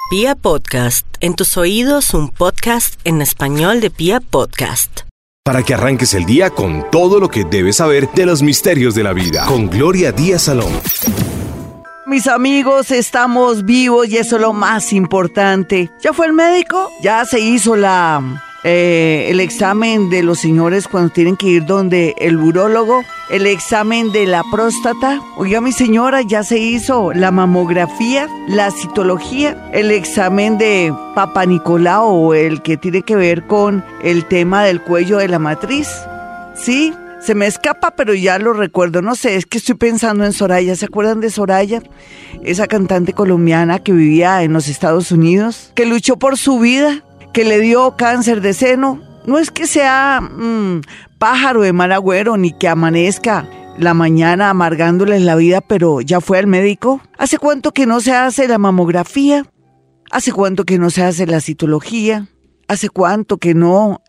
Pia Podcast, en tus oídos un podcast en español de Pia Podcast. Para que arranques el día con todo lo que debes saber de los misterios de la vida. Con Gloria Díaz Salón. Mis amigos, estamos vivos y eso es lo más importante. ¿Ya fue el médico? ¿Ya se hizo el examen de los señores cuando tienen que ir donde el urólogo? ¿El examen de la próstata? Oiga, mi señora, ya se hizo la mamografía, la citología, el examen de Papa Nicolau, o el que tiene que ver con el tema del cuello de la matriz. ¿Sí? Se me escapa, pero ya lo recuerdo. No sé, es que estoy pensando en Soraya. ¿Se acuerdan de Soraya? Esa cantante colombiana que vivía en los Estados Unidos, que luchó por su vida, que le dio cáncer de seno. No es que sea pájaro de mal agüero, ni que amanezca la mañana amargándoles la vida, pero ya fue al médico. ¿Hace cuánto que no se hace la mamografía? ¿Hace cuánto que no se hace la citología? ¿Hace cuánto que no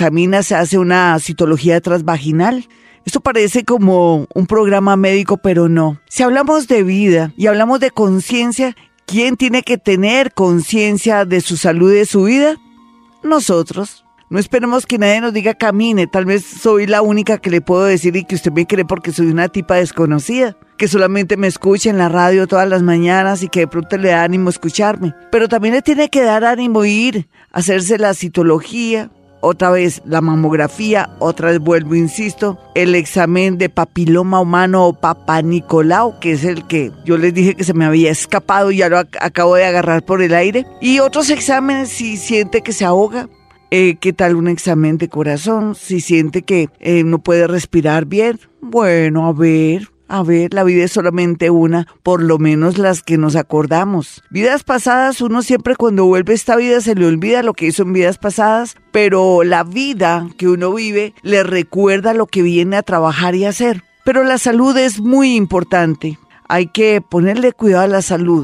se hace una citología transvaginal? Esto parece como un programa médico, pero no. Si hablamos de vida y hablamos de conciencia, ¿quién tiene que tener conciencia de su salud y de su vida? Nosotros. No esperemos que nadie nos diga camine. Tal vez soy la única que le puedo decir y que usted me cree porque soy una tipa desconocida, que solamente me escucha en la radio todas las mañanas y que de pronto le da ánimo escucharme. Pero también le tiene que dar ánimo ir a hacerse la citología, otra vez la mamografía, otra vez vuelvo, insisto, el examen de papiloma humano o Papa Nicolau, que es el que yo les dije que se me había escapado y ya lo acabo de agarrar por el aire. Y otros exámenes si siente que se ahoga. ¿Qué tal un examen de corazón? Si siente que no puede respirar bien. Bueno, a ver, la vida es solamente una, por lo menos las que nos acordamos. Vidas pasadas, uno siempre cuando vuelve a esta vida se le olvida lo que hizo en vidas pasadas, pero la vida que uno vive le recuerda lo que viene a trabajar y hacer. Pero la salud es muy importante, hay que ponerle cuidado a la salud.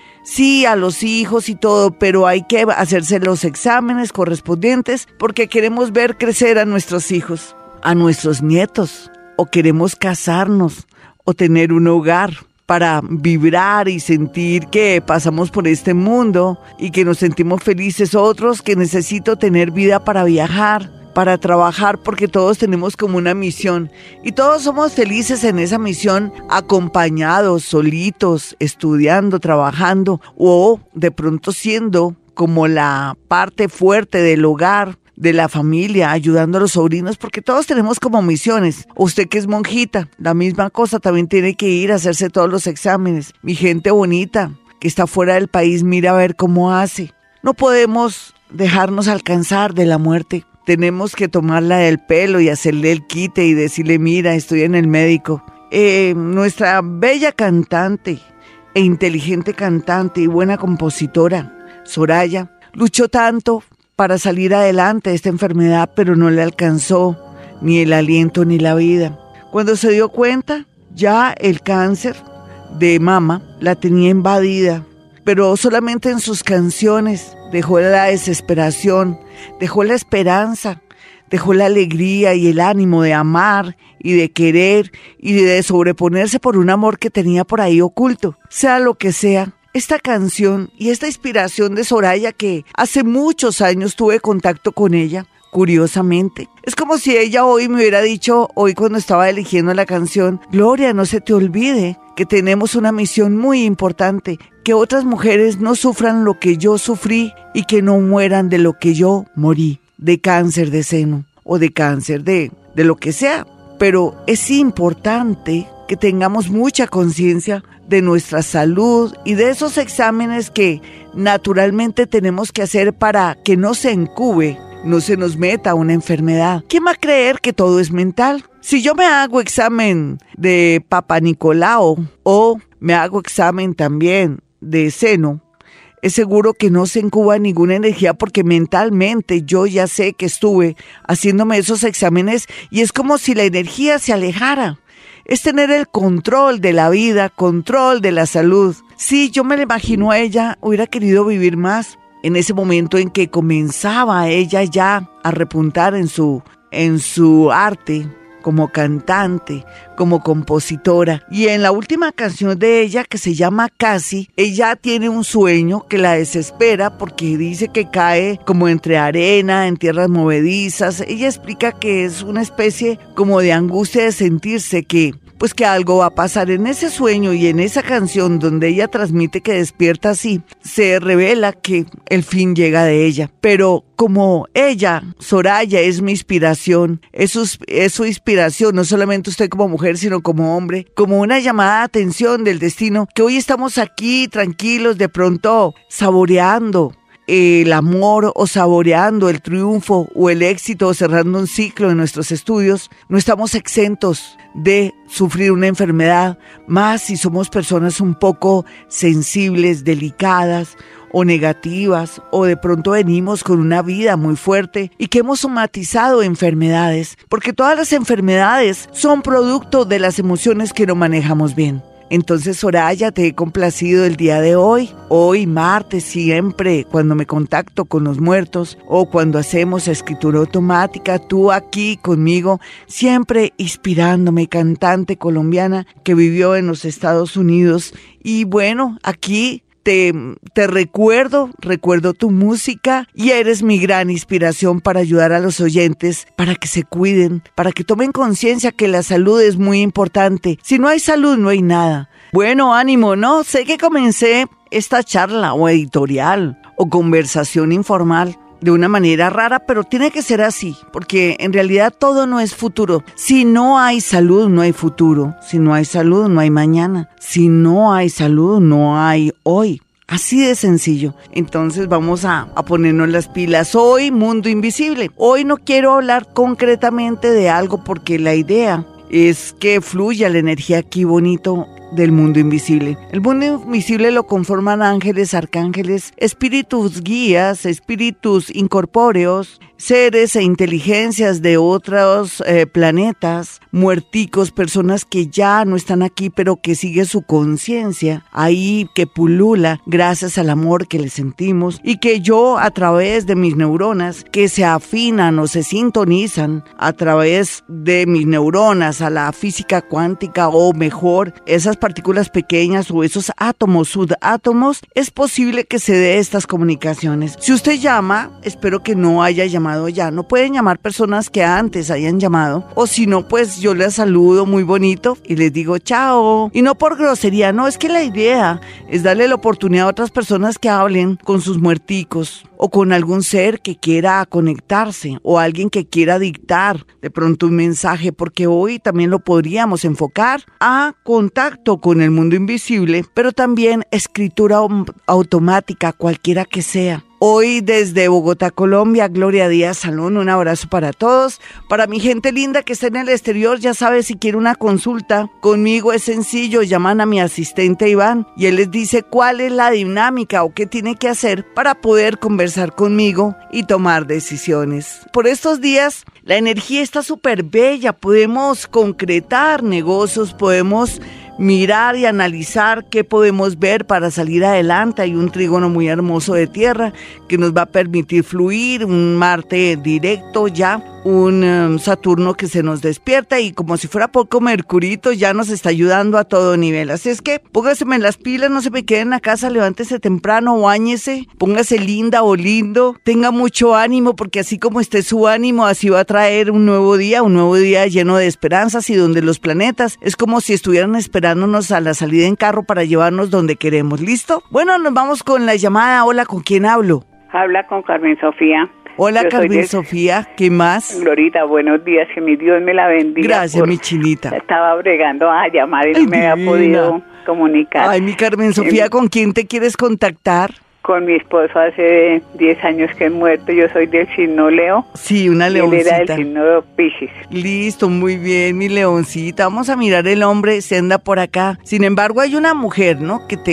Sí, a los hijos y todo, pero hay que hacerse los exámenes correspondientes porque queremos ver crecer a nuestros hijos, a nuestros nietos, o queremos casarnos o tener un hogar para vibrar y sentir que pasamos por este mundo y que nos sentimos felices. Otros que necesito tener vida para viajar, para trabajar, porque todos tenemos como una misión y todos somos felices en esa misión, acompañados, solitos, estudiando, trabajando o de pronto siendo como la parte fuerte del hogar, de la familia, ayudando a los sobrinos, porque todos tenemos como misiones. Usted que es monjita, la misma cosa, también tiene que ir a hacerse todos los exámenes. Mi gente bonita que está fuera del país, mira a ver cómo hace. No podemos dejarnos alcanzar de la muerte. Tenemos que tomarla del pelo y hacerle el quite y decirle, mira, estoy en el médico. Nuestra bella cantante e inteligente cantante y buena compositora, Soraya, luchó tanto para salir adelante de esta enfermedad, pero no le alcanzó ni el aliento ni la vida. Cuando se dio cuenta, ya el cáncer de mama la tenía invadida, pero solamente en sus canciones dejó la desesperación, dejó la esperanza, dejó la alegría y el ánimo de amar y de querer y de sobreponerse por un amor que tenía por ahí oculto. Sea lo que sea, esta canción y esta inspiración de Soraya, que hace muchos años tuve contacto con ella, curiosamente. Es como si ella hoy me hubiera dicho, hoy cuando estaba eligiendo la canción, Gloria, no se te olvide que tenemos una misión muy importante, que otras mujeres no sufran lo que yo sufrí y que no mueran de lo que yo morí, de cáncer de seno o de cáncer de lo que sea. Pero es importante que tengamos mucha conciencia de nuestra salud y de esos exámenes que naturalmente tenemos que hacer para que no se incube, no se nos meta una enfermedad. ¿Quién va a creer que todo es mental? Si yo me hago examen de Papa Nicolau o me hago examen también de seno, es seguro que no se incuba ninguna energía porque mentalmente yo ya sé que estuve haciéndome esos exámenes y es como si la energía se alejara. Es tener el control de la vida, control de la salud. Sí, yo me la imagino a ella, hubiera querido vivir más. En ese momento en que comenzaba ella ya a repuntar en su arte como cantante, como compositora. Y en la última canción de ella, que se llama Casi, ella tiene un sueño que la desespera porque dice que cae como entre arena, en tierras movedizas. Ella explica que es una especie como de angustia de sentirse que algo va a pasar en ese sueño, y en esa canción donde ella transmite que despierta así, se revela que el fin llega de ella. Pero como ella, Soraya, es mi inspiración, es su inspiración, no solamente usted como mujer, sino como hombre, como una llamada de atención del destino, que hoy estamos aquí tranquilos, de pronto saboreando el amor o saboreando el triunfo o el éxito o cerrando un ciclo en nuestros estudios. No estamos exentos de sufrir una enfermedad, más si somos personas un poco sensibles, delicadas o negativas, o de pronto venimos con una vida muy fuerte y que hemos somatizado enfermedades, porque todas las enfermedades son producto de las emociones que no manejamos bien. Entonces, Soraya, te he complacido el día de hoy martes, siempre cuando me contacto con los muertos o cuando hacemos escritura automática, tú aquí conmigo, siempre inspirándome, cantante colombiana que vivió en los Estados Unidos. Y bueno, aquí te recuerdo tu música, y eres mi gran inspiración para ayudar a los oyentes, para que se cuiden, para que tomen conciencia que la salud es muy importante. Si no hay salud, no hay nada. Bueno, ánimo, ¿no? Sé que comencé esta charla o editorial o conversación informal de una manera rara, pero tiene que ser así, porque en realidad todo no es futuro. Si no hay salud, no hay futuro. Si no hay salud, no hay mañana. Si no hay salud, no hay hoy. Así de sencillo. Entonces vamos a ponernos las pilas. Hoy, Mundo Invisible. Hoy no quiero hablar concretamente de algo, porque la idea es que fluya la energía aquí bonito del mundo invisible. El mundo invisible lo conforman ángeles, arcángeles, espíritus guías, espíritus incorpóreos, seres e inteligencias de otros planetas, muerticos, personas que ya no están aquí, pero que sigue su conciencia ahí, que pulula gracias al amor que le sentimos, y que yo, a través de mis neuronas, que se afinan o se sintonizan a través de mis neuronas a la física cuántica, o mejor, esas partículas pequeñas o esos átomos, subátomos, es posible que se dé estas comunicaciones. Si usted llama, espero que no haya llamado ya, no pueden llamar personas que antes hayan llamado, o si no, pues yo les saludo muy bonito y les digo chao, y no por grosería, no, es que la idea es darle la oportunidad a otras personas que hablen con sus muerticos, o con algún ser que quiera conectarse, o alguien que quiera dictar de pronto un mensaje, porque hoy también lo podríamos enfocar a contacto con el mundo invisible, pero también escritura automática, cualquiera que sea. Hoy desde Bogotá, Colombia, Gloria Díaz Salón, un abrazo para todos. Para mi gente linda que está en el exterior, ya sabe, si quiere una consulta conmigo es sencillo, llaman a mi asistente Iván y él les dice cuál es la dinámica o qué tiene que hacer para poder conversar conmigo y tomar decisiones. Por estos días la energía está súper bella, podemos concretar negocios, podemos mirar y analizar qué podemos ver para salir adelante. Hay un trígono muy hermoso de tierra que nos va a permitir fluir, un Marte directo ya, un Saturno que se nos despierta y como si fuera poco Mercurito ya nos está ayudando a todo nivel. Así es que póngaseme las pilas, no se me quede en la casa, levántese temprano, báñese, póngase linda o lindo, tenga mucho ánimo, porque así como esté su ánimo, así va a traer un nuevo día lleno de esperanzas, y donde los planetas es como si estuvieran esperándonos a la salida en carro para llevarnos donde queremos. ¿Listo? Bueno, nos vamos con la llamada. Hola, ¿con quién hablo? Habla con Carmen Sofía. Hola, Carmen Sofía, ¿qué más? Glorita, buenos días, que mi Dios me la bendiga. Gracias, mi chinita. Estaba bregando a llamar y no me había podido comunicar. Ay, mi Carmen Sofía, ¿con quién te quieres contactar? Con mi esposo hace 10 años que he muerto. Yo soy del signo Leo. Sí, una leoncita. Él era del signo Piscis. Listo, muy bien, mi leoncita. Vamos a mirar el hombre, se anda por acá. Sin embargo, hay una mujer, ¿no? Que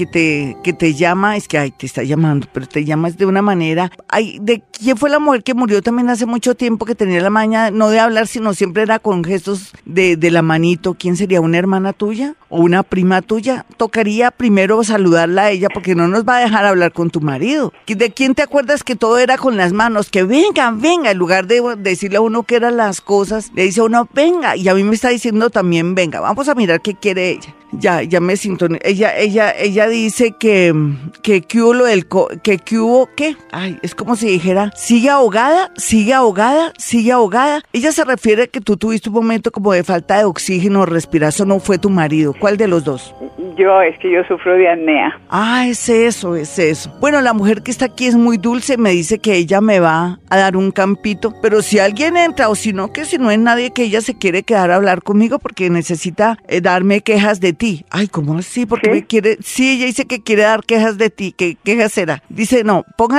te llama, es que, ay, te está llamando, pero te llamas de una manera. Ay, ¿de quién fue la mujer que murió también hace mucho tiempo, que tenía la maña, no de hablar, sino siempre era con gestos de la manito? ¿Quién sería? ¿Una hermana tuya o una prima tuya? Tocaría primero saludarla a ella, porque no nos va a dejar hablar hablar con tu marido. ¿De quién te acuerdas que todo era con las manos? Que venga, en lugar de decirle a uno que eran las cosas, le dice a uno, venga, y a mí me está diciendo también, venga, vamos a mirar qué quiere ella. Ya me sintoné. Ella dice que hubo, ¿qué? Ay, es como si dijera, sigue ahogada. Ella se refiere a que tú tuviste un momento como de falta de oxígeno, respiración, no fue tu marido. ¿Cuál de los dos? Es que yo sufro de apnea. Ah, es eso. Bueno, la mujer que está aquí es muy dulce, me dice que ella me va a dar un campito, pero si alguien entra o si no es nadie, que ella se quiere quedar a hablar conmigo porque necesita darme quejas de ti. Ay, ¿cómo así? Porque me quiere, sí, ella dice que quiere dar quejas de ti. ¿Qué quejas será? Dice, no,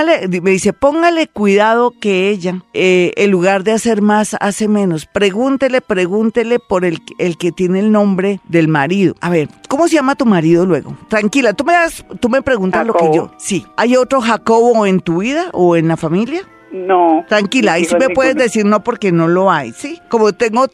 póngale cuidado que ella, en lugar de hacer más, hace menos. Pregúntele por el que tiene el nombre del marido. A ver, ¿cómo se llama tu marido luego? Tranquila, tú me preguntas Jacobo. lo que yo. Sí. ¿Hay otro Jacobo en tu vida o en la familia? No. Tranquila, ahí sí me puedes decir no porque no lo hay, ¿sí? Como tengo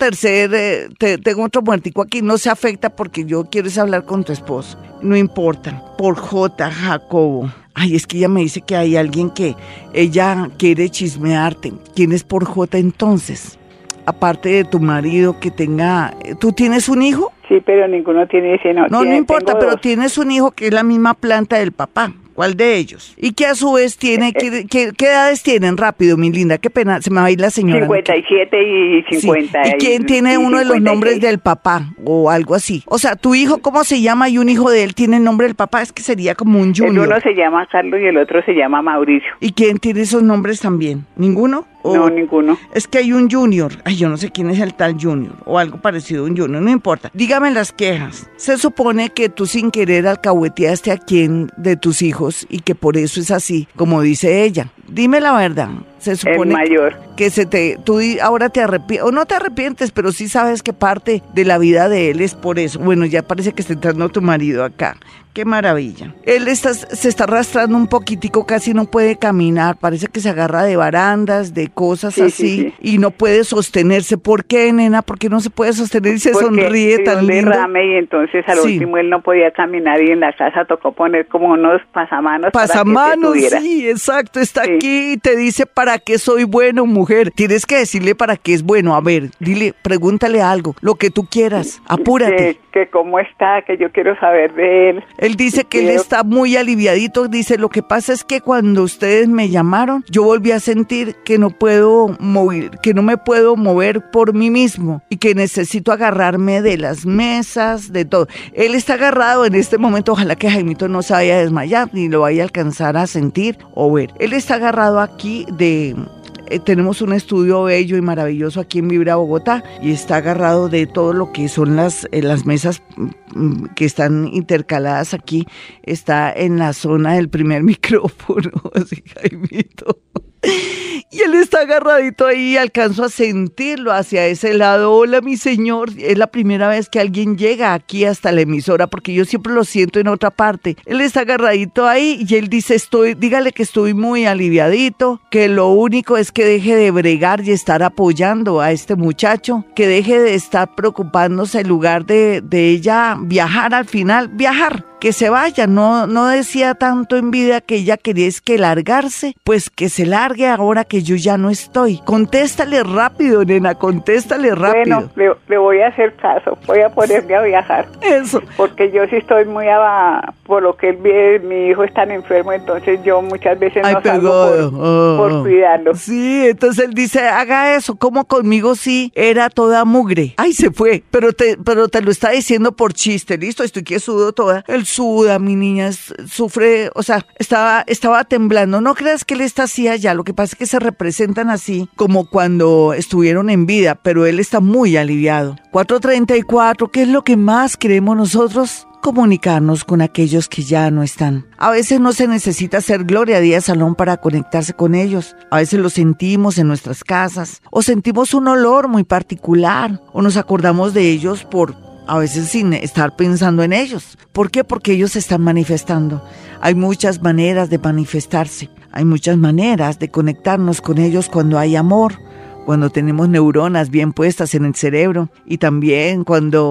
tengo otro muertico aquí, no se afecta porque yo quiero es hablar con tu esposo. No importa. Por J, Jacobo. Ay, es que ella me dice que hay alguien que ella quiere chismearte. ¿Quién es por J entonces? Aparte de tu marido que tenga... ¿Tú tienes un hijo? Sí, pero ninguno tiene ese nombre. No importa, pero tienes un hijo que es la misma planta del papá. ¿Cuál de ellos? Y que a su vez tiene... ¿Qué edades tienen? Rápido, mi linda. Qué pena, se me va a ir la señora. 57 y 50. Sí. ¿Y quién tiene uno de los nombres del papá? O algo así. O sea, tu hijo, ¿cómo se llama? Y un hijo de él tiene el nombre del papá. Es que sería como un junior. El uno se llama Carlos y el otro se llama Mauricio. ¿Y quién tiene esos nombres también? ¿Ninguno? No, ninguno. Es que hay un junior. Ay, yo no sé quién es el tal junior. O algo parecido a un junior. No importa. Dígame las quejas. Se supone que tú sin querer alcahueteaste a quien de tus hijos y que por eso es así, como dice ella. Dime la verdad. Se supone el mayor. Que tú ahora te arrepientes, o no te arrepientes, pero sí sabes que parte de la vida de él es por eso. Bueno, ya parece que está entrando tu marido acá. Qué maravilla. Él se está arrastrando un poquitico, casi no puede caminar, parece que se agarra de barandas, de cosas así, y no puede sostenerse. ¿Por qué, nena? ¿Por qué no se puede sostener y se sonríe tan lindo? Derrame y entonces al último él no podía caminar y en la casa tocó poner como unos pasamanos. Pasamanos, sí, exacto, está aquí y te dice para qué soy bueno, mujer. Tienes que decirle para qué es bueno. A ver, dile, pregúntale algo, lo que tú quieras, apúrate. Que cómo está, que yo quiero saber de él. Él dice que él está muy aliviadito, dice, lo que pasa es que cuando ustedes me llamaron, yo volví a sentir que no me puedo mover por mí mismo y que necesito agarrarme de las mesas, de todo. Él está agarrado en este momento, ojalá que Jaimito no se vaya a desmayar ni lo vaya a alcanzar a sentir o ver. Él está agarrado aquí tenemos un estudio bello y maravilloso aquí en Vibra Bogotá y está agarrado de todo lo que son las mesas que están intercaladas aquí. Está en la zona del primer micrófono, así, Jaimito. Y él está agarradito ahí, alcanzo a sentirlo hacia ese lado. Hola, mi señor, es la primera vez que alguien llega aquí hasta la emisora, porque yo siempre lo siento en otra parte. Él está agarradito ahí y él dice, dígale que estoy muy aliviadito, que lo único es que deje de bregar y estar apoyando a este muchacho, que deje de estar preocupándose en lugar de ella viajar al final, que se vaya, no decía tanto en vida que ella quería es que largarse, pues que se largue ahora que yo ya no estoy. Contéstale rápido, nena, contéstale rápido. Bueno, le voy a hacer caso, voy a ponerme a viajar. Eso. Porque yo sí estoy muy por lo que él ve, mi hijo es tan enfermo, entonces yo muchas veces no salgo por cuidarlo. Sí, entonces él dice, haga eso, como conmigo sí, era toda mugre. Ay, se fue, pero te lo está diciendo por chiste, listo, estoy que sudo toda. Él suda, mi niña, sufre, o sea, estaba temblando. No creas que él está así allá, lo que pasa es que se representan así como cuando estuvieron en vida, pero él está muy aliviado. 4:34, ¿qué es lo que más queremos nosotros? Comunicarnos con aquellos que ya no están. A veces no se necesita hacer Gloria Díaz Salón para conectarse con ellos. A veces lo sentimos en nuestras casas, o sentimos un olor muy particular, o nos acordamos de ellos a veces sin estar pensando en ellos. ¿Por qué? Porque ellos se están manifestando. Hay muchas maneras de manifestarse. Hay muchas maneras de conectarnos con ellos cuando hay amor, cuando tenemos neuronas bien puestas en el cerebro y también cuando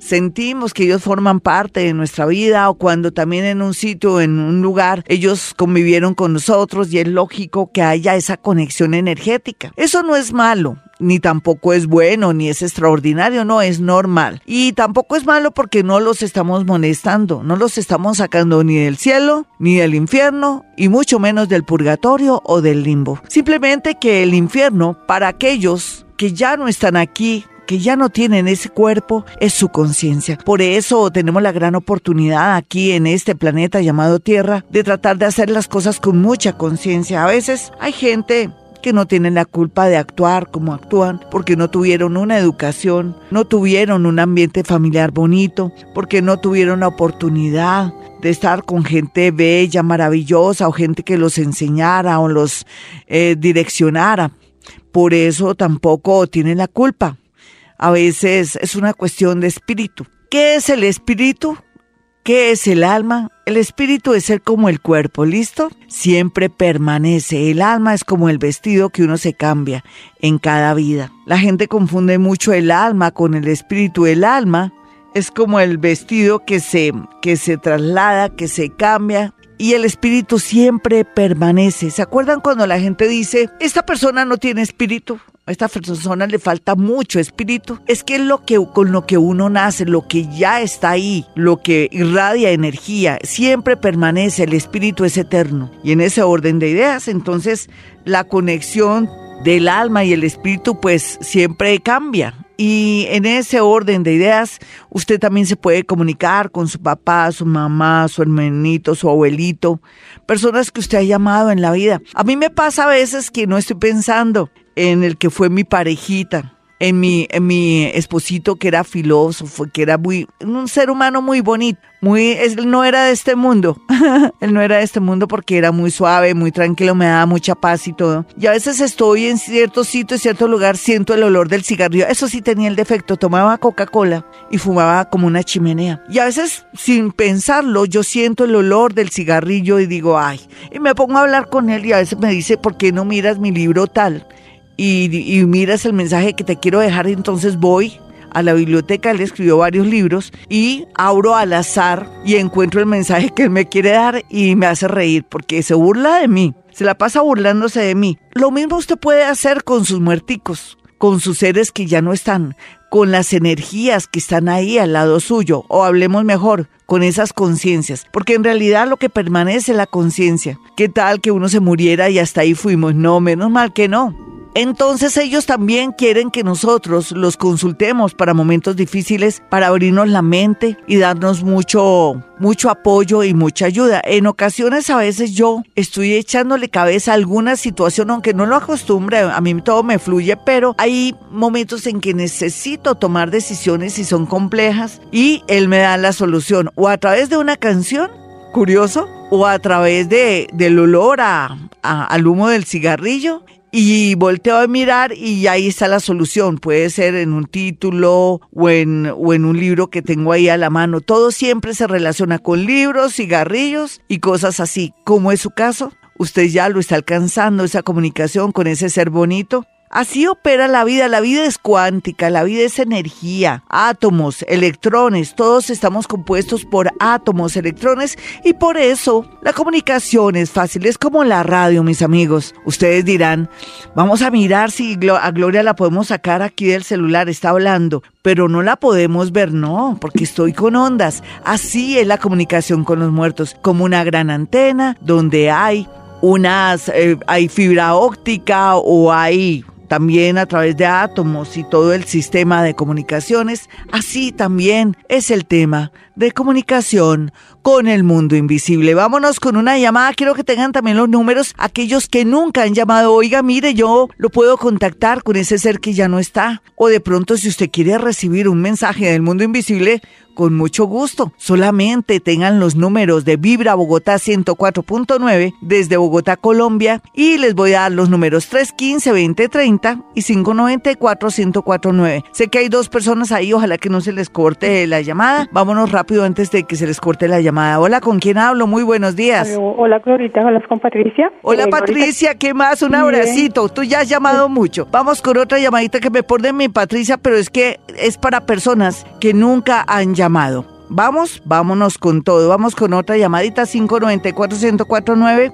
sentimos que ellos forman parte de nuestra vida, o cuando también en un sitio, en un lugar, ellos convivieron con nosotros y es lógico que haya esa conexión energética. Eso no es malo, ni tampoco es bueno, ni es extraordinario, no, es normal. Y tampoco es malo porque no los estamos molestando, no los estamos sacando ni del cielo, ni del infierno, y mucho menos del purgatorio o del limbo. Simplemente que el infierno, para aquellos que ya no están aquí, que ya no tienen ese cuerpo, es su conciencia. Por eso tenemos la gran oportunidad aquí en este planeta llamado Tierra de tratar de hacer las cosas con mucha conciencia. A veces hay gente que no tienen la culpa de actuar como actúan, porque no tuvieron una educación, no tuvieron un ambiente familiar bonito, porque no tuvieron la oportunidad de estar con gente bella, maravillosa, o gente que los enseñara o los direccionara. Por eso tampoco tienen la culpa. A veces es una cuestión de espíritu. ¿Qué es el espíritu? ¿Qué es el alma? El espíritu es ser como el cuerpo, ¿listo? Siempre permanece. El alma es como el vestido que uno se cambia en cada vida. La gente confunde mucho el alma con el espíritu. El alma es como el vestido que se traslada, que se cambia. Y el espíritu siempre permanece. ¿Se acuerdan cuando la gente dice, esta persona no tiene espíritu? A esta persona le falta mucho espíritu. Es que es con lo que uno nace, lo que ya está ahí, lo que irradia energía, siempre permanece. El espíritu es eterno. Y en ese orden de ideas, entonces, la conexión del alma y el espíritu, pues, siempre cambia. Y en ese orden de ideas, usted también se puede comunicar con su papá, su mamá, su hermanito, su abuelito, personas que usted ha llamado en la vida. A mí me pasa a veces que no estoy pensando en el que fue mi parejita, en mi esposito que era filósofo, que era un ser humano muy bonito. Él no era de este mundo. Él no era de este mundo porque era muy suave, muy tranquilo, me daba mucha paz y todo. Y a veces estoy en cierto sitio, en cierto lugar, siento el olor del cigarrillo. Eso sí tenía el defecto, tomaba Coca-Cola y fumaba como una chimenea. Y a veces, sin pensarlo, yo siento el olor del cigarrillo y digo, ay. Y me pongo a hablar con él y a veces me dice, ¿por qué no miras mi libro tal? Y miras el mensaje que te quiero dejar. Y entonces voy a la biblioteca, él escribió varios libros, y abro al azar y encuentro el mensaje que él me quiere dar y me hace reír porque se burla de mí, se la pasa burlándose de mí. Lo mismo usted puede hacer con sus muerticos, con sus seres que ya no están, con las energías que están ahí al lado suyo, o hablemos mejor, con esas conciencias, porque en realidad lo que permanece es la conciencia. ¿Qué tal que uno se muriera y hasta ahí fuimos? No, menos mal que no. Entonces ellos también quieren que nosotros los consultemos para momentos difíciles, para abrirnos la mente y darnos mucho apoyo y mucha ayuda. En ocasiones a veces yo estoy echándole cabeza a alguna situación, aunque no lo acostumbre, a mí todo me fluye, pero hay momentos en que necesito tomar decisiones y son complejas y él me da la solución, o a través de una canción, curioso, o a través del olor al humo del cigarrillo. Y volteo a mirar y ahí está la solución. Puede ser en un título o en un libro que tengo ahí a la mano. Todo siempre se relaciona con libros, cigarrillos y cosas así. ¿Cómo es su caso? Usted ya lo está alcanzando, esa comunicación con ese ser bonito. Así opera la vida es cuántica, la vida es energía, átomos, electrones, todos estamos compuestos por átomos, electrones, y por eso la comunicación es fácil, es como la radio, mis amigos. Ustedes dirán, vamos a mirar si a Gloria la podemos sacar aquí del celular, está hablando, pero no la podemos ver, no, porque estoy con ondas. Así es la comunicación con los muertos, como una gran antena donde hay fibra óptica o hay también a través de átomos y todo el sistema de comunicaciones. Así también es el tema de comunicación con el mundo invisible. Vámonos con una llamada. Quiero que tengan también los números, aquellos que nunca han llamado. Oiga, mire, yo lo puedo contactar con ese ser que ya no está. O de pronto, si usted quiere recibir un mensaje del mundo invisible, con mucho gusto. Solamente tengan los números de Vibra Bogotá 104.9 desde Bogotá, Colombia, y les voy a dar los números 315-2030 y 594-1049. Sé que hay dos personas ahí, ojalá que no se les corte la llamada. Vámonos rápido rápido antes de que se les corte la llamada. Hola, ¿con quién hablo? Muy buenos días. Hola, Glorita, hablas con Patricia. Hola, Patricia, Glorita. ¿Qué más? Un abracito. Tú ya has llamado mucho. Vamos con otra llamadita que me pone mi Patricia, pero es que es para personas que nunca han llamado. Vámonos con todo. Vamos con otra llamadita, 594-1049,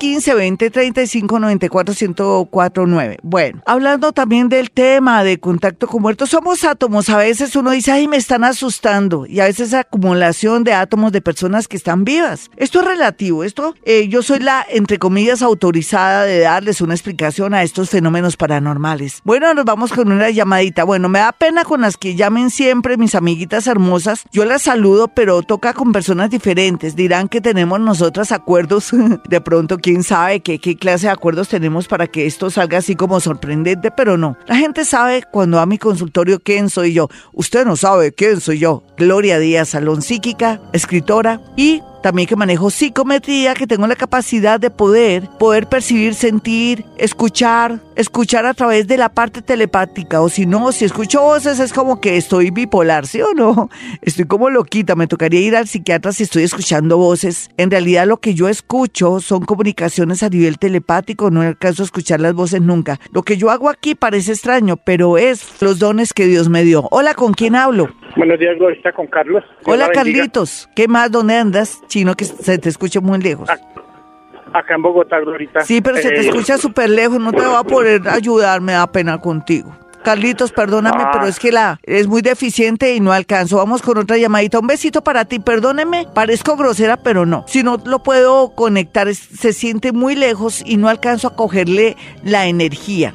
315-2035-94-1049. Bueno, hablando también del tema de contacto con muertos, somos átomos. A veces uno dice, ay, me están asustando. Y a veces acumulación de átomos de personas que están vivas. Esto es relativo. Yo soy la, entre comillas, autorizada de darles una explicación a estos fenómenos paranormales. Bueno, nos vamos con una llamadita. Bueno, me da pena con las que llamen siempre, mis amiguitas hermosas. Yo las saludo, pero toca con personas diferentes. Dirán que tenemos nosotras acuerdos. De pronto, quién sabe qué clase de acuerdos tenemos para que esto salga así como sorprendente, pero no. La gente sabe cuando va a mi consultorio quién soy yo. Usted no sabe quién soy yo. Gloria Díaz Salón, psíquica, escritora y también que manejo psicometría, que tengo la capacidad de poder percibir, sentir, escuchar a través de la parte telepática. O si no, si escucho voces es como que estoy bipolar, ¿sí o no? Estoy como loquita, me tocaría ir al psiquiatra si estoy escuchando voces. En realidad lo que yo escucho son comunicaciones a nivel telepático, no alcanzo a escuchar las voces nunca. Lo que yo hago aquí parece extraño, pero es los dones que Dios me dio. Hola, ¿con quién hablo? Buenos días, Glorita, con Carlos. Hola, Carlitos. ¿Qué más? ¿Dónde andas? Chino, que se te escucha muy lejos. Acá en Bogotá, Glorita. Sí, pero se te escucha súper lejos. No te va a poder ayudar, me da pena contigo. Carlitos, perdóname, pero es que es muy deficiente y no alcanzo. Vamos con otra llamadita. Un besito para ti, perdóneme. Parezco grosera, pero no. Si no lo puedo conectar, se siente muy lejos y no alcanzo a cogerle la energía.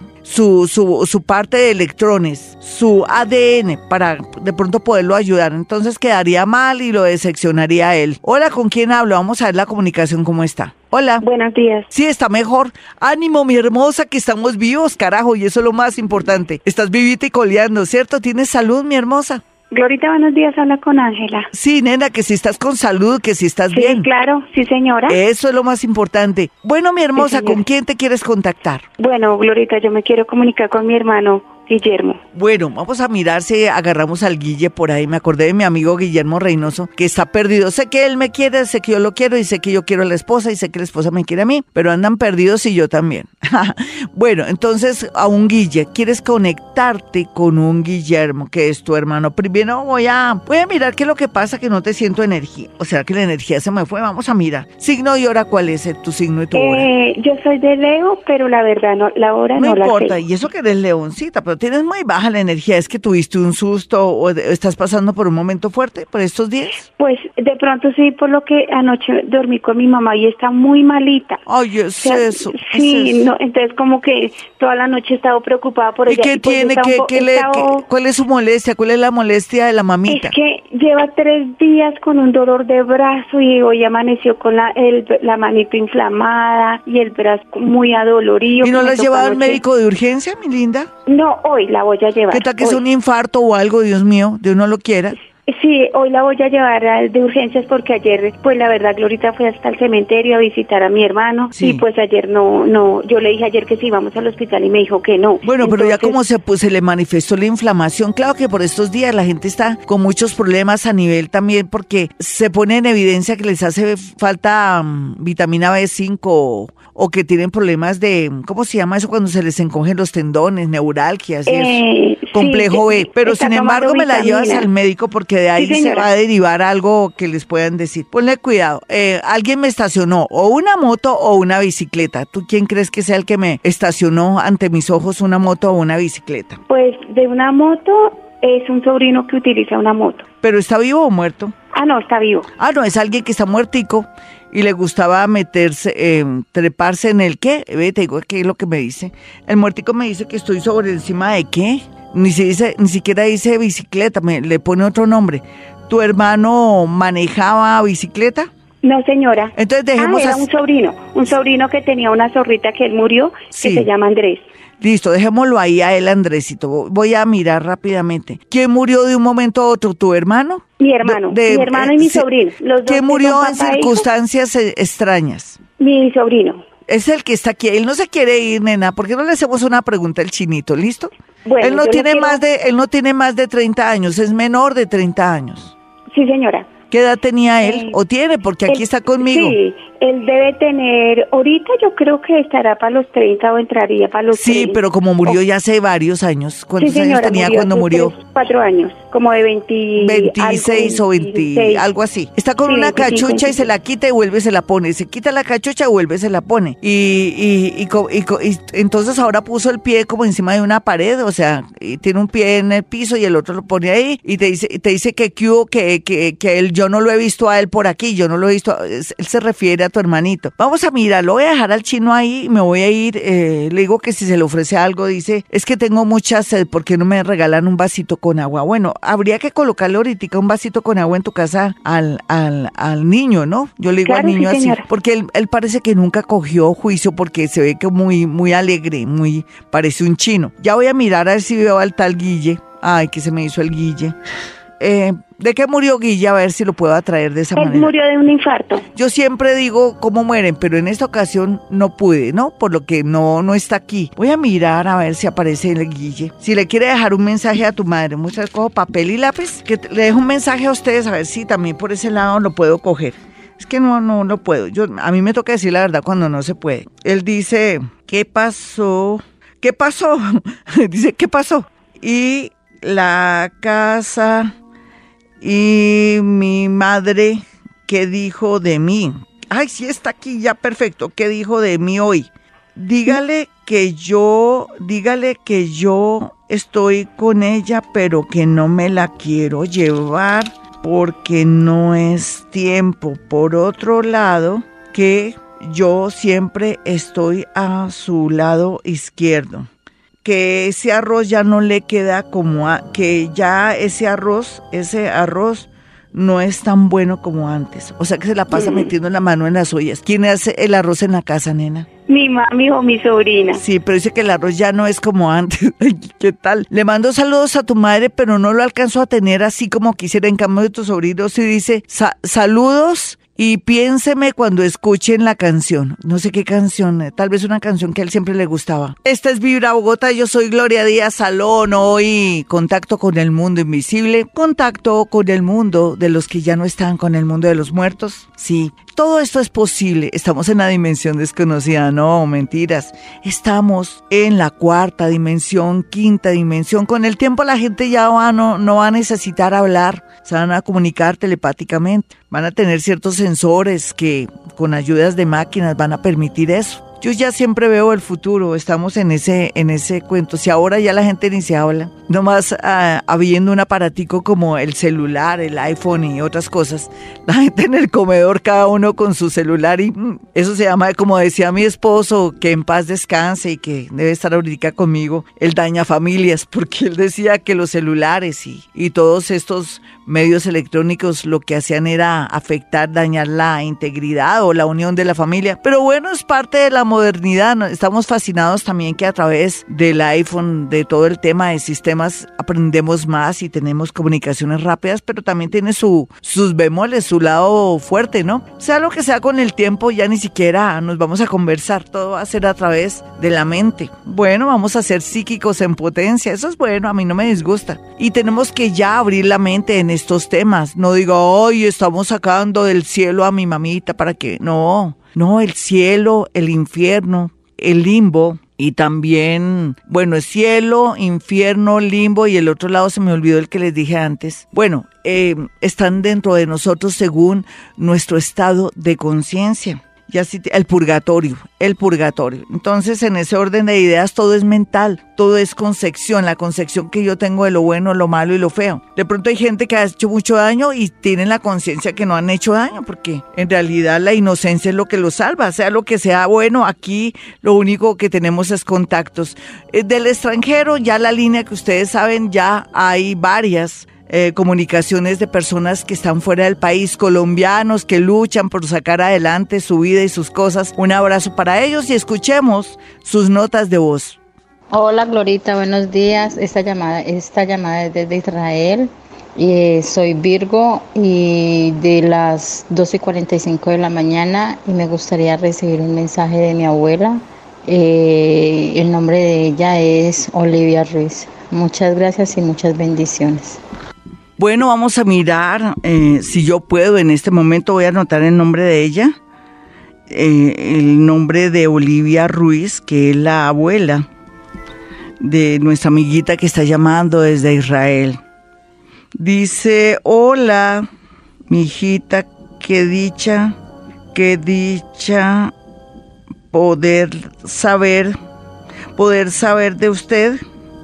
Su parte de electrones, su ADN, para de pronto poderlo ayudar. Entonces quedaría mal y lo decepcionaría a él. Hola, ¿con quién hablo? Vamos a ver la comunicación cómo está. Hola. Buenos días. Sí, está mejor. Ánimo, mi hermosa, que estamos vivos, carajo, y eso es lo más importante. Estás vivita y coleando, ¿cierto? ¿Tienes salud, mi hermosa? Glorita, buenos días, habla con Ángela. Sí, nena, que si estás con salud, que si estás bien. Sí, claro, sí, señora. Eso es lo más importante. Bueno, mi hermosa, sí, ¿con quién te quieres contactar? Bueno, Glorita, yo me quiero comunicar con mi hermano Guillermo. Bueno, vamos a mirar si agarramos al Guille por ahí. Me acordé de mi amigo Guillermo Reynoso, que está perdido. Sé que él me quiere, sé que yo lo quiero y sé que yo quiero a la esposa y sé que la esposa me quiere a mí, pero andan perdidos y yo también. Bueno, entonces a un Guille, ¿quieres conectarte con un Guillermo, que es tu hermano? Primero voy a mirar qué es lo que pasa, que no te siento energía. O sea, que la energía se me fue. Vamos a mirar. Signo y hora, ¿cuál es tu signo y tu hora? Yo soy de Leo, pero la verdad, no, la hora no la sé. No importa, y eso que eres leoncita, pero tienes muy baja la energía. ¿Es que tuviste un susto o estás pasando por un momento fuerte por estos días? Pues de pronto sí, por lo que anoche dormí con mi mamá y está muy malita. Ay, eso. Sí, no, entonces como que toda la noche he estado preocupada por ella. ¿Y qué tiene? ¿Cuál es su molestia? ¿Cuál es la molestia de la mamita? Es que lleva 3 días con un dolor de brazo y hoy amaneció con la manito inflamada y el brazo muy adolorido. ¿Y no la has llevado al médico de urgencia, mi linda? No, hoy la voy a llevar. ¿Qué tal que es un infarto o algo, Dios mío, Dios no lo quiera? Sí, hoy la voy a llevar de urgencias porque ayer, pues la verdad, Glorita, fue hasta el cementerio a visitar a mi hermano. Sí. Y pues ayer no, yo le dije ayer que sí íbamos al hospital y me dijo que no. Bueno, entonces, pero ya como se le manifestó la inflamación, claro que por estos días la gente está con muchos problemas a nivel también porque se pone en evidencia que les hace falta vitamina B5 o que tienen problemas de, ¿cómo se llama eso cuando se les encogen los tendones, neuralgias y eso? Complejo B, pero sin embargo me la llevas al médico porque de ahí se va a derivar algo que les puedan decir. Ponle cuidado, alguien me estacionó o una moto o una bicicleta. ¿Tú quién crees que sea el que me estacionó ante mis ojos, una moto o una bicicleta? Pues de una moto es un sobrino que utiliza una moto. ¿Pero está vivo o muerto? Ah, no, está vivo. Ah, no, es alguien que está muertico y le gustaba meterse, treparse en el ¿qué? Te digo qué es lo que me dice. El muertico me dice que estoy sobre encima de ¿qué? Ni siquiera dice bicicleta, le pone otro nombre. ¿Tu hermano manejaba bicicleta? No, señora. Entonces dejemos era un sobrino que tenía una zorrita que él murió, sí, que se llama Andrés. Listo, dejémoslo ahí a él, Andresito. Voy a mirar rápidamente. ¿Quién murió de un momento a otro? ¿Tu hermano? Mi hermano, mi hermano y mi sobrino. Los ¿Quién murió en circunstancias extrañas? Mi sobrino. Es el que está aquí. Él no se quiere ir, nena. ¿Por qué no le hacemos una pregunta al chinito? ¿Listo? Bueno, él no tiene más de 30 años. Es menor de 30 años. Sí, señora. ¿Qué edad tenía él? ¿O tiene? Porque aquí está conmigo. Sí, él debe tener, ahorita yo creo que estará para los 30 o entraría para los 30. Sí, pero como murió ya hace varios años. ¿Cuántos años tenía cuando murió? 4 años, como de 26 o 20, algo así. Está con una cachucha y se la quita y vuelve y se la pone. Se quita la cachucha y vuelve y se la pone. Y entonces ahora puso el pie como encima de una pared, o sea, y tiene un pie en el piso y el otro lo pone ahí y te dice que él, yo no lo he visto a él por aquí, yo no lo he visto, él se refiere a tu hermanito. Vamos a mirar, lo voy a dejar al chino ahí y me voy a ir, le digo que si se le ofrece algo, dice, es que tengo mucha sed, ¿por qué no me regalan un vasito con agua? Bueno, habría que colocarle ahorita un vasito con agua en tu casa al niño, ¿no? Yo le digo al niño así, porque él parece que nunca cogió juicio porque se ve que muy alegre, parece un chino. Ya voy a mirar a ver si veo al tal Guille. Ay, que se me hizo el Guille. ¿De qué murió Guille? A ver si lo puedo atraer de esa manera. Él murió de un infarto. Yo siempre digo cómo mueren, pero en esta ocasión no pude, ¿no? Por lo que no está aquí. Voy a mirar a ver si aparece el Guille. Si le quiere dejar un mensaje a tu madre, muchas cojo papel y lápiz, que le dejo un mensaje a ustedes a ver si también por ese lado lo puedo coger. Es que no puedo. A mí me toca decir la verdad cuando no se puede. Él dice, ¿qué pasó? ¿Qué pasó? Dice, ¿qué pasó? Y la casa y mi madre, ¿qué dijo de mí? Ay, sí está aquí, ya perfecto. ¿Qué dijo de mí hoy? Dígale que yo estoy con ella, pero que no me la quiero llevar porque no es tiempo. Por otro lado, que yo siempre estoy a su lado izquierdo. Que ese arroz ya no le queda que ya ese arroz no es tan bueno como antes. O sea que se la pasa metiendo la mano en las ollas. ¿Quién hace el arroz en la casa, nena? Mi mami o mi sobrina. Sí, pero dice que el arroz ya no es como antes. ¿Qué tal? Le mando saludos a tu madre, pero no lo alcanzo a tener así como quisiera. En cambio de tu sobrino sí dice saludos. Y piénseme cuando escuchen la canción. No sé qué canción, tal vez una canción que a él siempre le gustaba. Esta es Vibra Bogotá, yo soy Gloria Díaz Salón. Hoy contacto con el mundo invisible, contacto con el mundo de los que ya no están, con el mundo de los muertos. Sí, todo esto es posible. Estamos en la dimensión desconocida, no, mentiras. Estamos en la cuarta dimensión, quinta dimensión. Con el tiempo la gente ya no va a necesitar hablar, se van a comunicar telepáticamente. Van a tener ciertos sensores que con ayudas de máquinas van a permitir eso. Yo ya siempre veo el futuro, estamos en ese cuento. Si ahora ya la gente ni se habla, nomás habiendo un aparatico como el celular, el iPhone y otras cosas, la gente en el comedor, cada uno con su celular y eso se llama, como decía mi esposo, que en paz descanse y que debe estar ahorita conmigo, el daña familias, porque él decía que los celulares y todos estos medios electrónicos lo que hacían era afectar, dañar la integridad o la unión de la familia. Pero bueno, es parte de la modernidad, ¿no? Estamos fascinados también que a través del iPhone, de todo el tema de sistemas, aprendemos más y tenemos comunicaciones rápidas, pero también tiene sus bemoles, su lado fuerte, ¿no? Sea lo que sea, con el tiempo ya ni siquiera nos vamos a conversar, todo va a ser a través de la mente. Bueno, vamos a ser psíquicos en potencia, eso es bueno, a mí no me disgusta. Y tenemos que ya abrir la mente en estos temas, no digo, hoy estamos sacando del cielo a mi mamita para que, no, el cielo, el infierno, el limbo y también, bueno, el cielo, infierno, limbo y el otro lado se me olvidó el que les dije antes. Bueno, están dentro de nosotros según nuestro estado de conciencia. Ya sí, el purgatorio. Entonces, en ese orden de ideas, todo es mental, todo es concepción, la concepción que yo tengo de lo bueno, lo malo y lo feo. De pronto hay gente que ha hecho mucho daño y tienen la conciencia que no han hecho daño, porque en realidad la inocencia es lo que los salva, sea lo que sea. Bueno, aquí lo único que tenemos es contactos. Del extranjero, ya la línea que ustedes saben, ya hay varias comunicaciones de personas que están fuera del país, colombianos que luchan por sacar adelante su vida y sus cosas. Un abrazo para ellos y escuchemos sus notas de voz. Hola Glorita, buenos días. Esta llamada es desde Israel. Soy Virgo y de las 12:45 de la mañana y me gustaría recibir un mensaje de mi abuela. El nombre de ella es Olivia Ruiz. Muchas gracias y muchas bendiciones. Bueno, vamos a mirar si yo puedo. En este momento voy a anotar el nombre de ella. El nombre de Olivia Ruiz, que es la abuela de nuestra amiguita que está llamando desde Israel. Dice: hola, mi hijita, qué dicha poder saber de usted,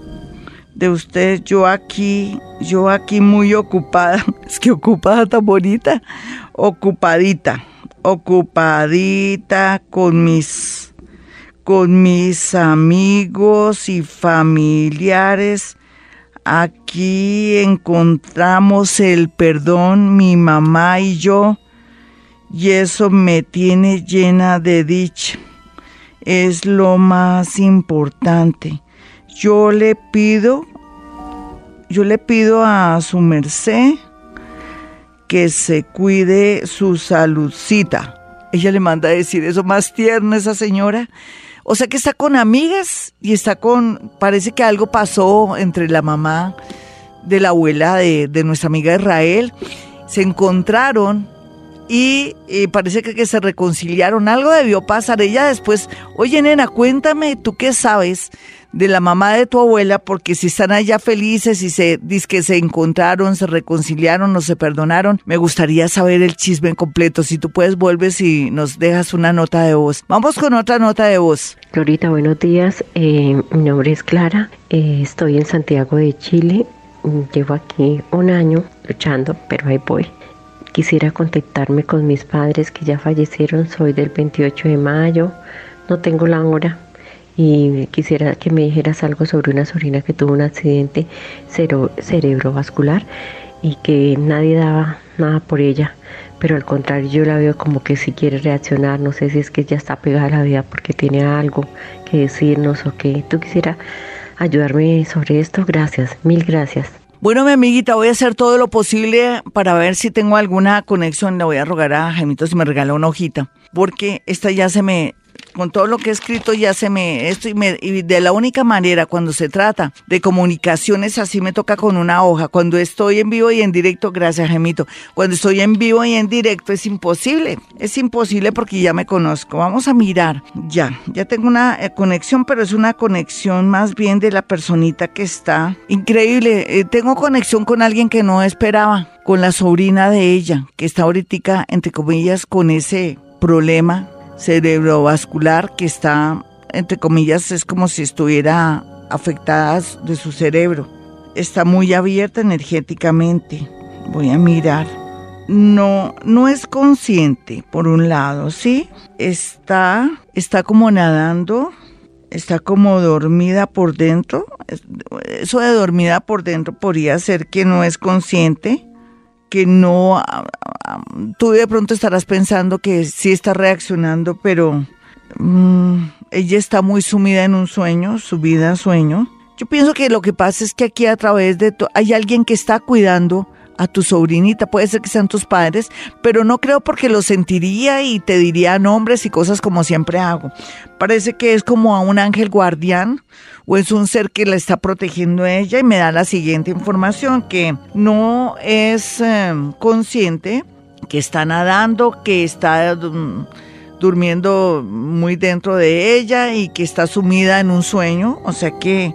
yo aquí muy ocupada. Es que ocupada tan bonita, ocupadita con mis amigos y familiares. Aquí encontramos el perdón, mi mamá y yo, y eso me tiene llena de dicha. Es lo más importante. Yo le pido a su merced que se cuide su saludcita. Ella le manda a decir eso, más tierna esa señora. O sea que está con amigas y parece que algo pasó entre la mamá de la abuela de nuestra amiga Israel. Se encontraron y parece que se reconciliaron. Algo debió pasar. Ella después: oye, nena, cuéntame, ¿tú qué sabes de la mamá de tu abuela? Porque si están allá felices y dice que se encontraron, se reconciliaron o se perdonaron, me gustaría saber el chisme completo. Si tú puedes, vuelves y nos dejas una nota de voz. Vamos con otra nota de voz. Glorita, buenos días. Mi nombre es Clara. Estoy en Santiago de Chile. Llevo aquí 1 año luchando, pero ahí voy. Quisiera contactarme con mis padres que ya fallecieron. Soy del 28 de mayo. No tengo la hora. Y quisiera que me dijeras algo sobre una sobrina que tuvo un accidente cerebrovascular y que nadie daba nada por ella, pero al contrario yo la veo como que si quiere reaccionar. No sé si es que ya está pegada a la vida porque tiene algo que decirnos o que tú quisieras ayudarme sobre esto. Gracias, mil gracias. Bueno, mi amiguita, voy a hacer todo lo posible para ver si tengo alguna conexión. Le voy a rogar a Jaimito si me regala una hojita, porque esta ya con todo lo que he escrito y de la única manera cuando se trata de comunicaciones así me toca con una hoja. Cuando estoy en vivo y en directo, gracias Jaimito, cuando estoy en vivo y en directo es imposible porque ya me conozco. Vamos a mirar, ya tengo una conexión, pero es una conexión más bien de la personita que está increíble. Tengo conexión con alguien que no esperaba, con la sobrina de ella, que está ahorita, entre comillas, con ese problema cerebrovascular que está, entre comillas, es como si estuviera afectada de su cerebro. Está muy abierta energéticamente. Voy a mirar. No es consciente, por un lado, ¿sí? Está como nadando, está como dormida por dentro. Eso de dormida por dentro podría ser que no es consciente, que no, tú de pronto estarás pensando que sí está reaccionando, pero ella está muy sumida en un sueño, subida a sueño. Yo pienso que lo que pasa es que aquí a través de hay alguien que está cuidando a tu sobrinita. Puede ser que sean tus padres, pero no creo, porque lo sentiría y te diría nombres y cosas como siempre hago. Parece que es como a un ángel guardián o es un ser que la está protegiendo a ella, y me da la siguiente información: que no es consciente, que está nadando, que está durmiendo muy dentro de ella y que está sumida en un sueño. O sea que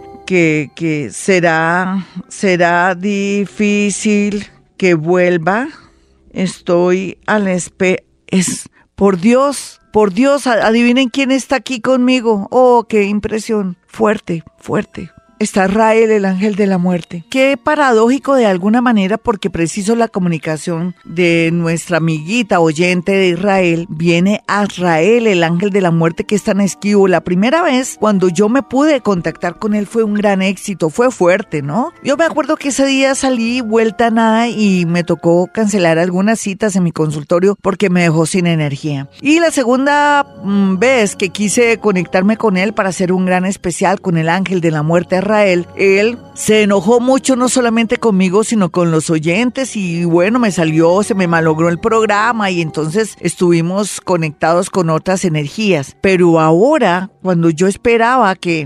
será difícil que vuelva. Estoy a la espera. Por Dios, adivinen quién está aquí conmigo. Oh, qué impresión. Fuerte. Está Israel, el ángel de la muerte. Qué paradójico de alguna manera, porque preciso la comunicación de nuestra amiguita oyente de Israel. Viene a Israel, el ángel de la muerte, que es tan esquivo. La primera vez cuando yo me pude contactar con él fue un gran éxito, fue fuerte, ¿no? Yo me acuerdo que ese día salí vuelta a nada y me tocó cancelar algunas citas en mi consultorio porque me dejó sin energía. Y la segunda vez que quise conectarme con él para hacer un gran especial con el ángel de la muerte, él se enojó mucho, no solamente conmigo, sino con los oyentes, y bueno, se me malogró el programa, y entonces estuvimos conectados con otras energías. Pero ahora, cuando yo esperaba que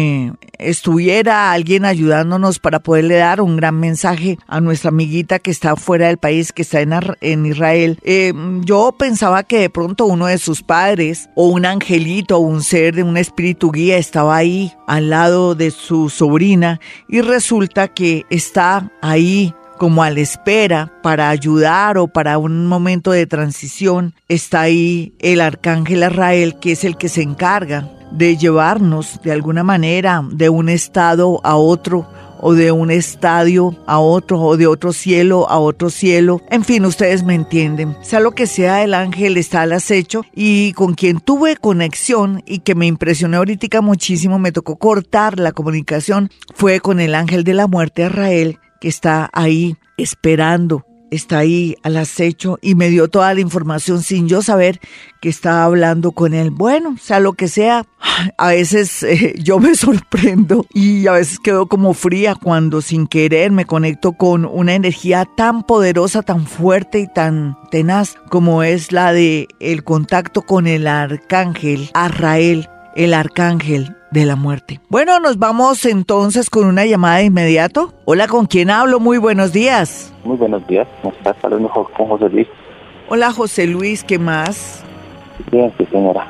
estuviera alguien ayudándonos para poderle dar un gran mensaje a nuestra amiguita que está fuera del país, que está en Israel, yo pensaba que de pronto uno de sus padres o un angelito o un ser de un espíritu guía estaba ahí al lado de su sobrina, y resulta que está ahí como a la espera para ayudar o para un momento de transición. Está ahí el arcángel Azrael, que es el que se encarga de llevarnos de alguna manera de un estado a otro, o de un estadio a otro, o de otro cielo a otro cielo. En fin, ustedes me entienden. Sea lo que sea, el ángel está al acecho, y con quien tuve conexión y que me impresionó ahorita muchísimo, me tocó cortar la comunicación, fue con el ángel de la muerte Azrael, que está ahí esperando, está ahí al acecho, y me dio toda la información sin yo saber que estaba hablando con él. Bueno, sea lo que sea, a veces yo me sorprendo y a veces quedo como fría cuando sin querer me conecto con una energía tan poderosa, tan fuerte y tan tenaz como es la de el contacto con el arcángel Azrael, el arcángel de la muerte. Bueno, nos vamos entonces con una llamada de inmediato. Hola, ¿con quién hablo? Muy buenos días. Muy buenos días, ¿cómo estás? Hablando con José Luis. Hola, José Luis, ¿qué más? Bien, sí, señora.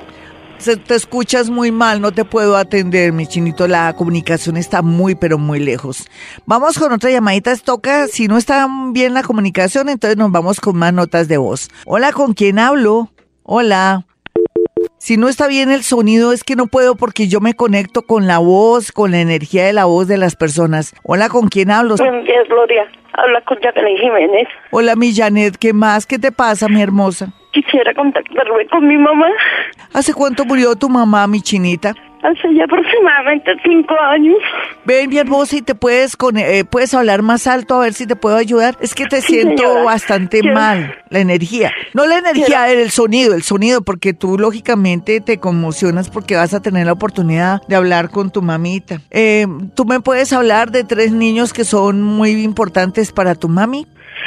Te escuchas muy mal, no te puedo atender, mi chinito, la comunicación está muy, pero muy lejos. Vamos con otra llamadita, toca, si no está bien la comunicación, entonces nos vamos con más notas de voz. Hola, ¿con quién hablo? Hola. Si no está bien el sonido, es que no puedo porque yo me conecto con la voz, con la energía de la voz de las personas. Hola, ¿con quién hablo? Buenos días, Gloria. Habla con Jacqueline Jiménez. Hola, mi Janet, ¿qué más? ¿Qué te pasa, mi hermosa? Quisiera contactarme con mi mamá. ¿Hace cuánto murió tu mamá, mi chinita? Hace ya aproximadamente 5 años. Ven, mi hermosa, y te puedes hablar más alto a ver si te puedo ayudar. Es que te siento señora. bastante mal, la energía. No la energía, el sonido, porque tú lógicamente te conmocionas porque vas a tener la oportunidad de hablar con tu mamita. ¿Tú me puedes hablar de 3 niños que son muy importantes para tu mami?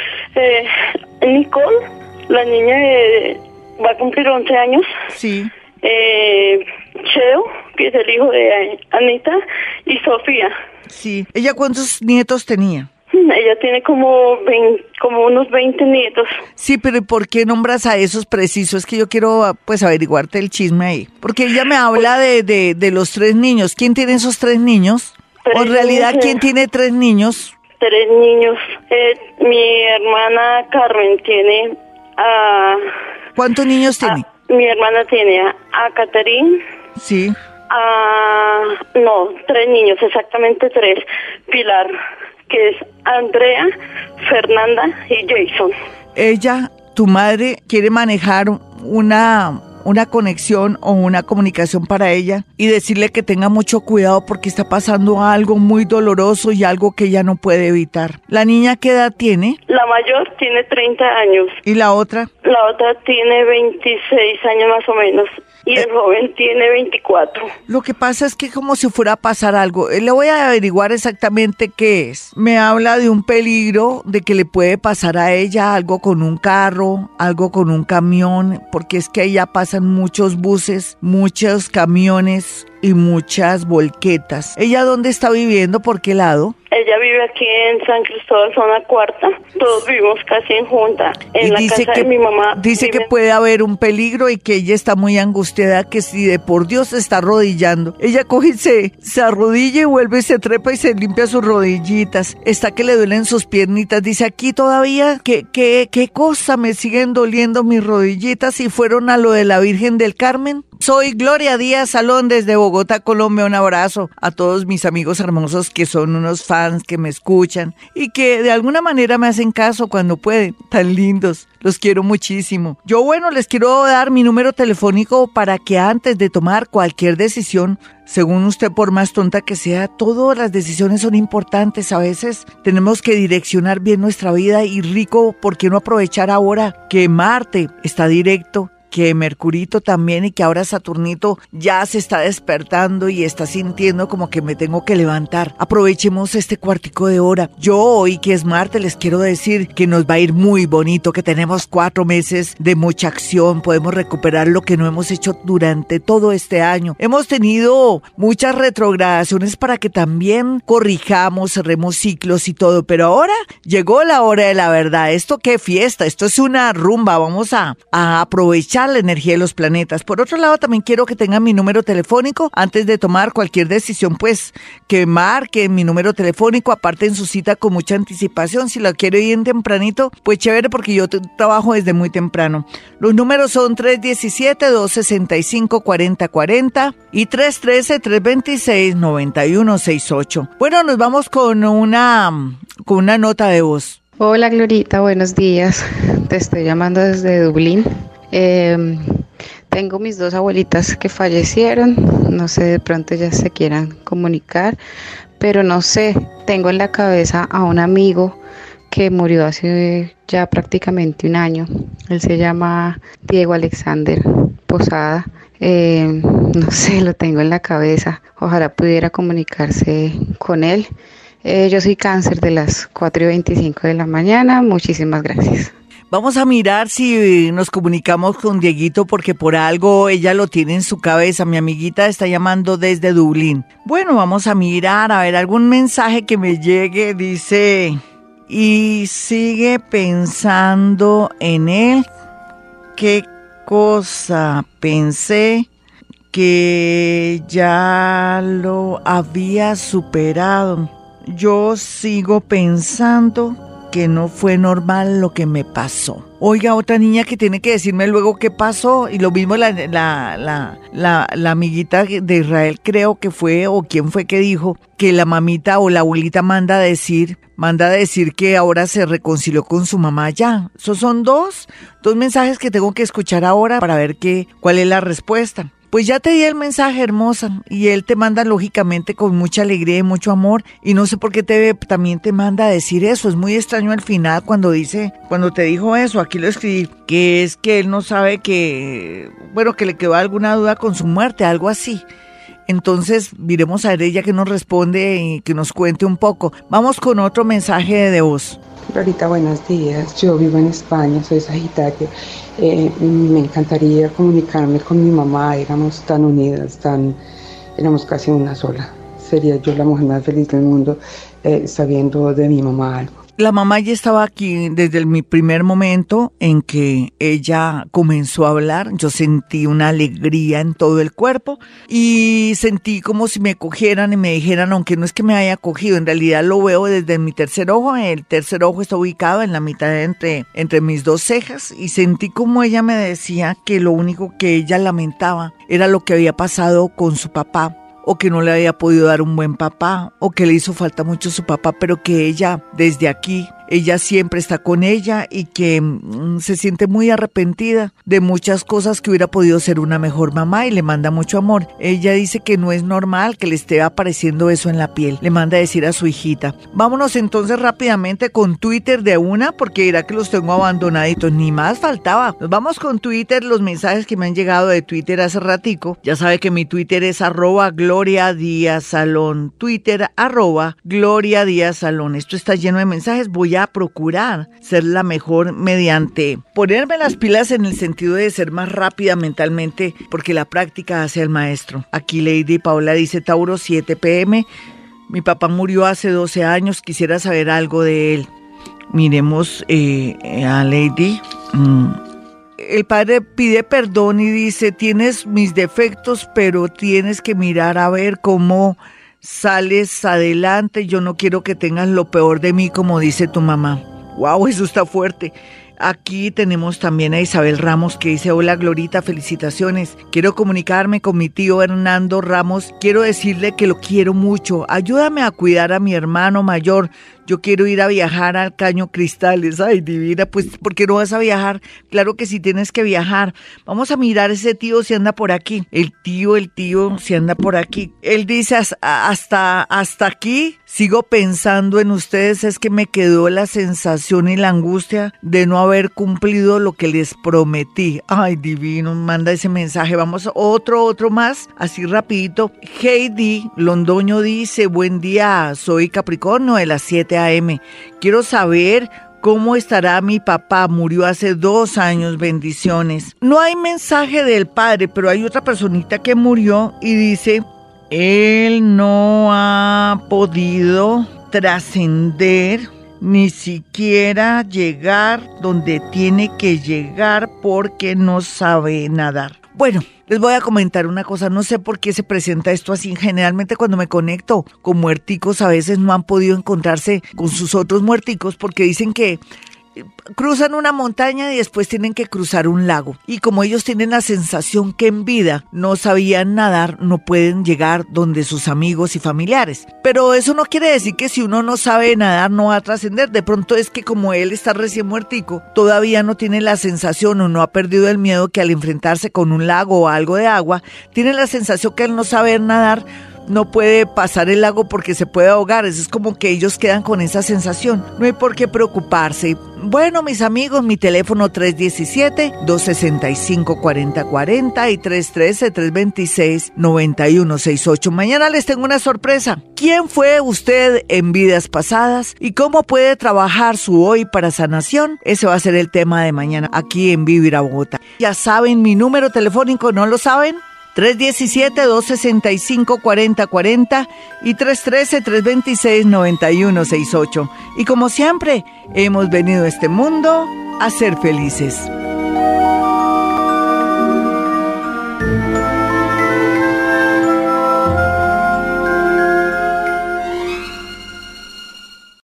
Nicole, la niña va a cumplir 11 años. Sí. Cheo, que es el hijo de Anita, y Sofía. Sí. ¿Ella cuántos nietos tenía? Ella tiene como unos 20 nietos. Sí, pero ¿por qué nombras a esos precisos? Es que yo quiero, pues, averiguarte el chisme ahí. Porque ella me habla de los 3 niños. ¿Quién tiene esos 3 niños? O en realidad, ¿quién tiene 3 niños? 3 niños. Mi hermana Carmen tiene a... ¿Cuántos niños tiene? Mi hermana tiene a Catherine. Sí. No, 3 niños, exactamente 3. Pilar, que es Andrea, Fernanda y Jason. Ella, tu madre, quiere manejar una conexión o una comunicación para ella y decirle que tenga mucho cuidado porque está pasando algo muy doloroso y algo que ella no puede evitar. ¿La niña qué edad tiene? La mayor tiene 30 años. ¿Y la otra? La otra tiene 26 años más o menos. Y el joven tiene 24. Lo que pasa es que como si fuera a pasar algo. Le voy a averiguar exactamente qué es. Me habla de un peligro, de que le puede pasar a ella algo con un carro, algo con un camión, porque es que allá pasan muchos buses, muchos camiones y muchas volquetas. ¿Ella dónde está viviendo? ¿Por qué lado? Ella vive aquí en San Cristóbal, zona cuarta. Todos vivimos casi en junta. En la casa de mi mamá. Dice que puede haber un peligro y que ella está muy angustiada, que si de por Dios se está arrodillando. Ella coge y se arrodilla y vuelve y se trepa y se limpia sus rodillitas. Está que le duelen sus piernitas. Dice aquí todavía, ¿qué cosa me siguen doliendo mis rodillitas si fueron a lo de la Virgen del Carmen? Soy Gloria Díaz Salón desde Bogotá, Colombia. Un abrazo a todos mis amigos hermosos que son unos fans que me escuchan y que de alguna manera me hacen caso cuando pueden. Tan lindos. Los quiero muchísimo. Yo, les quiero dar mi número telefónico para que antes de tomar cualquier decisión, según usted, por más tonta que sea, todas las decisiones son importantes. A veces tenemos que direccionar bien nuestra vida y rico, ¿por qué no aprovechar ahora que Marte está directo que Mercurito también, y que ahora Saturnito ya se está despertando y está sintiendo como que me tengo que levantar. Aprovechemos este cuartico de hora. Yo hoy, que es martes, les quiero decir que nos va a ir muy bonito, que tenemos 4 meses de mucha acción, podemos recuperar lo que no hemos hecho durante todo este año. Hemos tenido muchas retrogradaciones para que también corrijamos, cerremos ciclos y todo, pero ahora llegó la hora de la verdad. ¿Esto qué fiesta? Esto es una rumba. Vamos a aprovechar la energía de los planetas. Por otro lado, también quiero que tengan mi número telefónico antes de tomar cualquier decisión, pues que marquen mi número telefónico, aparten su cita con mucha anticipación. Si la quiero ir en tempranito, pues chévere, porque yo trabajo desde muy temprano. Los números son 317-265-4040 y 313-326-9168. Bueno, nos vamos con una nota de voz. Hola Glorita, buenos días. Te estoy llamando desde Dublín. Tengo mis 2 abuelitas que fallecieron. No sé, de pronto ya se quieran comunicar, pero no sé. Tengo en la cabeza a un amigo que murió hace ya prácticamente 1 año. Él se llama Diego Alexander Posada. No sé, lo tengo en la cabeza. Ojalá pudiera comunicarse con él. Yo soy Cáncer, de las 4:25 de la mañana. Muchísimas gracias. Vamos a mirar si nos comunicamos con Dieguito, porque por algo ella lo tiene en su cabeza. Mi amiguita está llamando desde Dublín. Bueno, vamos a mirar, a ver, algún mensaje que me llegue. Dice, y sigue pensando en él. ¿Qué cosa? Pensé que ya lo había superado. Yo sigo pensando que no fue normal lo que me pasó. Oiga, otra niña que tiene que decirme luego qué pasó. Y lo mismo la amiguita de Israel, creo que fue, o quién fue que dijo que la mamita o la abuelita manda a decir que ahora se reconcilió con su mamá ya. Esos son dos mensajes que tengo que escuchar ahora para ver cuál es la respuesta. Pues ya te di el mensaje, hermosa, y él te manda lógicamente con mucha alegría y mucho amor, y no sé por qué también te manda a decir eso. Es muy extraño al final cuando te dijo eso. Aquí lo escribí, que es que él no sabe que le quedó alguna duda con su muerte, algo así. Entonces, miremos a ver ella que nos responde y que nos cuente un poco. Vamos con otro mensaje de voz. Glorita, buenos días. Yo vivo en España, soy Sagitario. Me encantaría comunicarme con mi mamá. Éramos tan unidas, éramos casi una sola. Sería yo la mujer más feliz del mundo sabiendo de mi mamá algo. La mamá ya estaba aquí desde mi primer momento en que ella comenzó a hablar. Yo sentí una alegría en todo el cuerpo y sentí como si me cogieran y me dijeran, aunque no es que me haya cogido, en realidad lo veo desde mi tercer ojo. El tercer ojo está ubicado en la mitad entre mis 2 cejas, y sentí como ella me decía que lo único que ella lamentaba era lo que había pasado con su papá, o que no le había podido dar un buen papá, o que le hizo falta mucho su papá, pero que ella, desde aquí, ella siempre está con ella, y que se siente muy arrepentida de muchas cosas, que hubiera podido ser una mejor mamá, y le manda mucho amor. Ella dice que no es normal que le esté apareciendo eso en la piel. Le manda a decir a su hijita. Vámonos entonces rápidamente con Twitter de una, porque dirá que los tengo abandonaditos. Ni más faltaba. Nos vamos con Twitter, los mensajes que me han llegado de Twitter hace ratico. Ya sabe que mi Twitter es @Gloria Díaz Salón. Twitter @Gloria Díaz Salón. Esto está lleno de mensajes. Voy a procurar ser la mejor mediante ponerme las pilas, en el sentido de ser más rápida mentalmente, porque la práctica hace al maestro. Aquí Lady Paula dice: Tauro, 7 p.m. Mi papá murió hace 12 años. Quisiera saber algo de él. Miremos a Lady. El padre pide perdón y dice: tienes mis defectos, pero tienes que mirar a ver cómo sales adelante. Yo no quiero que tengas lo peor de mí, como dice tu mamá. Wow, eso está fuerte. Aquí tenemos también a Isabel Ramos, que dice: hola Glorita, felicitaciones. Quiero comunicarme con mi tío Hernando Ramos. Quiero decirle que lo quiero mucho. Ayúdame a cuidar a mi hermano mayor. yo quiero ir a viajar al Caño Cristales. Ay, divina, pues, ¿por qué no vas a viajar? Claro que sí tienes que viajar. Vamos a mirar ese tío si anda por aquí. El tío si anda por aquí. Él dice, hasta aquí sigo pensando en ustedes, es que me quedó la sensación y la angustia de no haber cumplido lo que les prometí. Ay, divino, manda ese mensaje. Vamos a otro más, así rapidito. Heidi Londoño dice, buen día, soy Capricornio de las 7 a.m. Quiero saber ¿cómo estará mi papá? Murió hace 2 años, bendiciones. No hay mensaje del padre, pero hay otra personita que murió y dice, él no ha podido trascender, ni siquiera llegar donde tiene que llegar porque no sabe nadar. Bueno, les voy a comentar una cosa, no sé por qué se presenta esto así. Generalmente cuando me conecto con muerticos a veces no han podido encontrarse con sus otros muerticos porque dicen que cruzan una montaña y después tienen que cruzar un lago. Y como ellos tienen la sensación que en vida no sabían nadar, no pueden llegar donde sus amigos y familiares. Pero eso no quiere decir que si uno no sabe nadar no va a trascender. De pronto es que como él está recién muertico, todavía no tiene la sensación o no ha perdido el miedo que al enfrentarse con un lago o algo de agua, tiene la sensación que al no saber nadar no puede pasar el lago porque se puede ahogar. Eso es como que ellos quedan con esa sensación. No hay por qué preocuparse. Bueno, mis amigos, mi teléfono 317-265-4040 y 313-326-9168. Mañana les tengo una sorpresa. ¿Quién fue usted en vidas pasadas y cómo puede trabajar su hoy para sanación? Ese va a ser el tema de mañana aquí en Vivir a Bogotá. Ya saben mi número telefónico, ¿no lo saben? 317-265-4040 y 313-326-9168. Y como siempre, hemos venido a este mundo a ser felices.